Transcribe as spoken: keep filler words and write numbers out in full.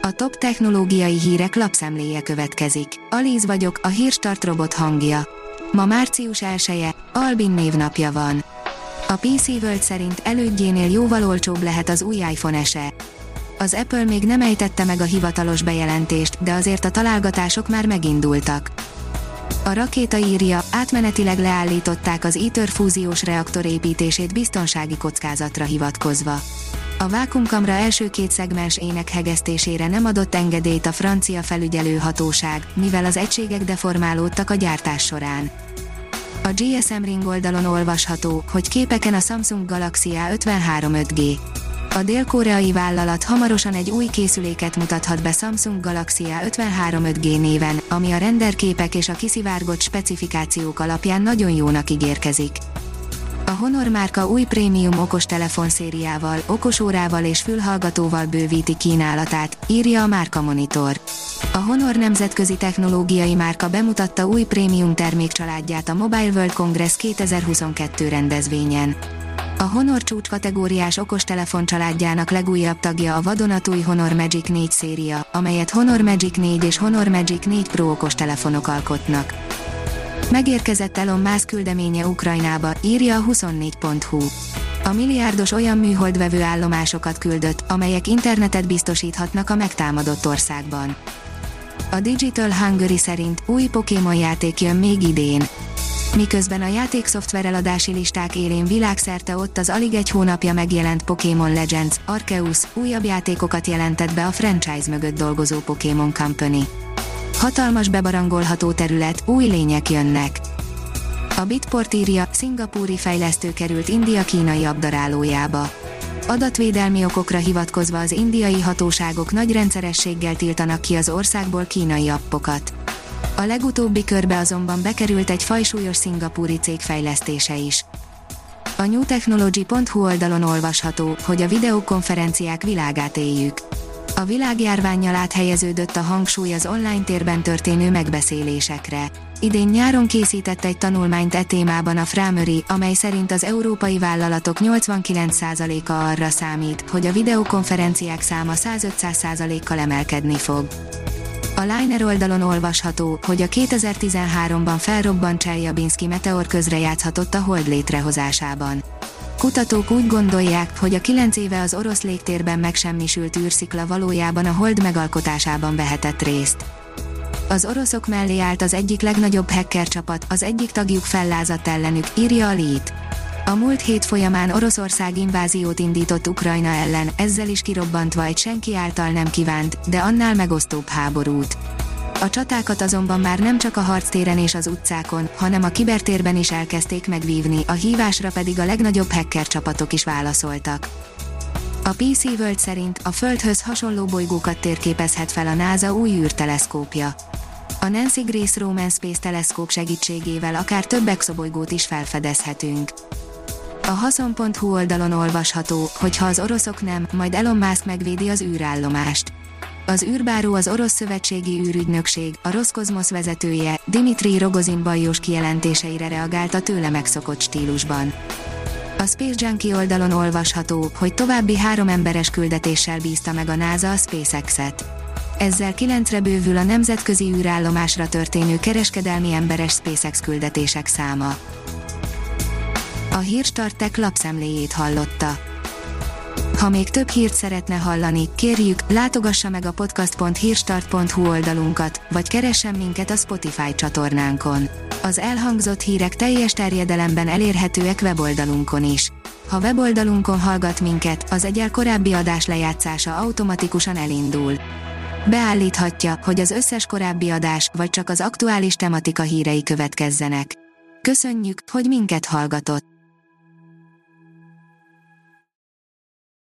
A top technológiai hírek lapszemléje következik. Alíz vagyok, a Hírstart robot hangja. Ma március elseje, Albin névnapja van. A pé cé World szerint elődjénél jóval olcsóbb lehet az új iPhone es e. Az Apple még nem ejtette meg a hivatalos bejelentést, de azért a találgatások már megindultak. A Rakéta írja, átmenetileg leállították az ITER fúziós reaktor építését biztonsági kockázatra hivatkozva. A vákuumkamra első két szegmensének hegesztésére nem adott engedélyt a francia felügyelőhatóság, mivel az egységek deformálódtak a gyártás során. A gé es em Ring oldalon olvasható, hogy képeken a Samsung Galaxy á ötvenhárom öt G. A dél-koreai vállalat hamarosan egy új készüléket mutathat be Samsung Galaxy á ötvenhárom öt G néven, ami a renderképek és a kiszivárgott specifikációk alapján nagyon jónak ígérkezik. A Honor márka új prémium okostelefon szériával, okosórával és fülhallgatóval bővíti kínálatát, írja a Márka Monitor. A Honor nemzetközi technológiai márka bemutatta új prémium termékcsaládját a Mobile World Congress kétezer-huszonkettő rendezvényen. A Honor csúcskategóriás okostelefon családjának legújabb tagja a vadonatúj Honor Magic négy széria, amelyet Honor Magic négy és Honor Magic négy Pro okostelefonok alkotnak. Megérkezett Elon Musk küldeménye Ukrajnába, írja a huszonnégy pont hu. A milliárdos olyan műholdvevő állomásokat küldött, amelyek internetet biztosíthatnak a megtámadott országban. A Digital Hungary szerint új Pokémon játék jön még idén. Miközben a játékszoftver eladási listák élén világszerte ott az alig egy hónapja megjelent Pokémon Legends, Arceus újabb játékokat jelentett be a franchise mögött dolgozó Pokémon Company. Hatalmas bebarangolható terület, új lények jönnek. A Bitport írja, szingapúri fejlesztő került India kínai abdarálójába. Adatvédelmi okokra hivatkozva az indiai hatóságok nagy rendszerességgel tiltanak ki az országból kínai appokat. A legutóbbi körbe azonban bekerült egy fajsúlyos szingapúri cég fejlesztése is. A new technology pont hu oldalon olvasható, hogy a videokonferenciák világát éljük. A világjárvánnyal áthelyeződött a hangsúly az online térben történő megbeszélésekre. Idén nyáron készített egy tanulmányt e témában a Framery, amely szerint az európai vállalatok nyolcvankilenc százaléka arra számít, hogy a videokonferenciák száma száz-ötszáz százalékkal emelkedni fog. A Liner oldalon olvasható, hogy a kétezer-tizenháromban felrobbant Cseljabinszki meteor közrejátszhatott a Hold létrehozásában. Kutatók úgy gondolják, hogy a kilenc éve az orosz légtérben megsemmisült űrszikla valójában a Hold megalkotásában vehetett részt. Az oroszok mellé állt az egyik legnagyobb hacker csapat, az egyik tagjuk fellázadt ellenük, írja a Lét. A múlt hét folyamán Oroszország inváziót indított Ukrajna ellen, ezzel is kirobbantva egy senki által nem kívánt, de annál megosztóbb háborút. A csatákat azonban már nem csak a harctéren és az utcákon, hanem a kibertérben is elkezdték megvívni, a hívásra pedig a legnagyobb hacker csapatok is válaszoltak. A pé cé World szerint a Földhöz hasonló bolygókat térképezhet fel a NASA új űrteleszkópja. A Nancy Grace Roman Space teleszkóp segítségével akár több exobolygót is felfedezhetünk. A haszon pont hu oldalon olvasható, hogy ha az oroszok nem, majd Elon Musk megvédi az űrállomást. Az űrbáró az orosz szövetségi űrügynökség, a Roszkozmosz vezetője, Dmitri Rogozin bajós kijelentéseire reagált a tőle megszokott stílusban. A Space Junkie oldalon olvasható, hogy további három emberes küldetéssel bízta meg a NASA a SpaceX-et. Ezzel kilencre bővül a nemzetközi űrállomásra történő kereskedelmi emberes SpaceX küldetések száma. A Hírstart Tech lapszemléjét hallotta. Ha még több hírt szeretne hallani, kérjük, látogassa meg a podcast pont hírstart pont hu oldalunkat, vagy keressen minket a Spotify csatornánkon. Az elhangzott hírek teljes terjedelemben elérhetőek weboldalunkon is. Ha weboldalunkon hallgat minket, az egyel korábbi adás lejátszása automatikusan elindul. Beállíthatja, hogy az összes korábbi adás, vagy csak az aktuális tematika hírei következzenek. Köszönjük, hogy minket hallgatott!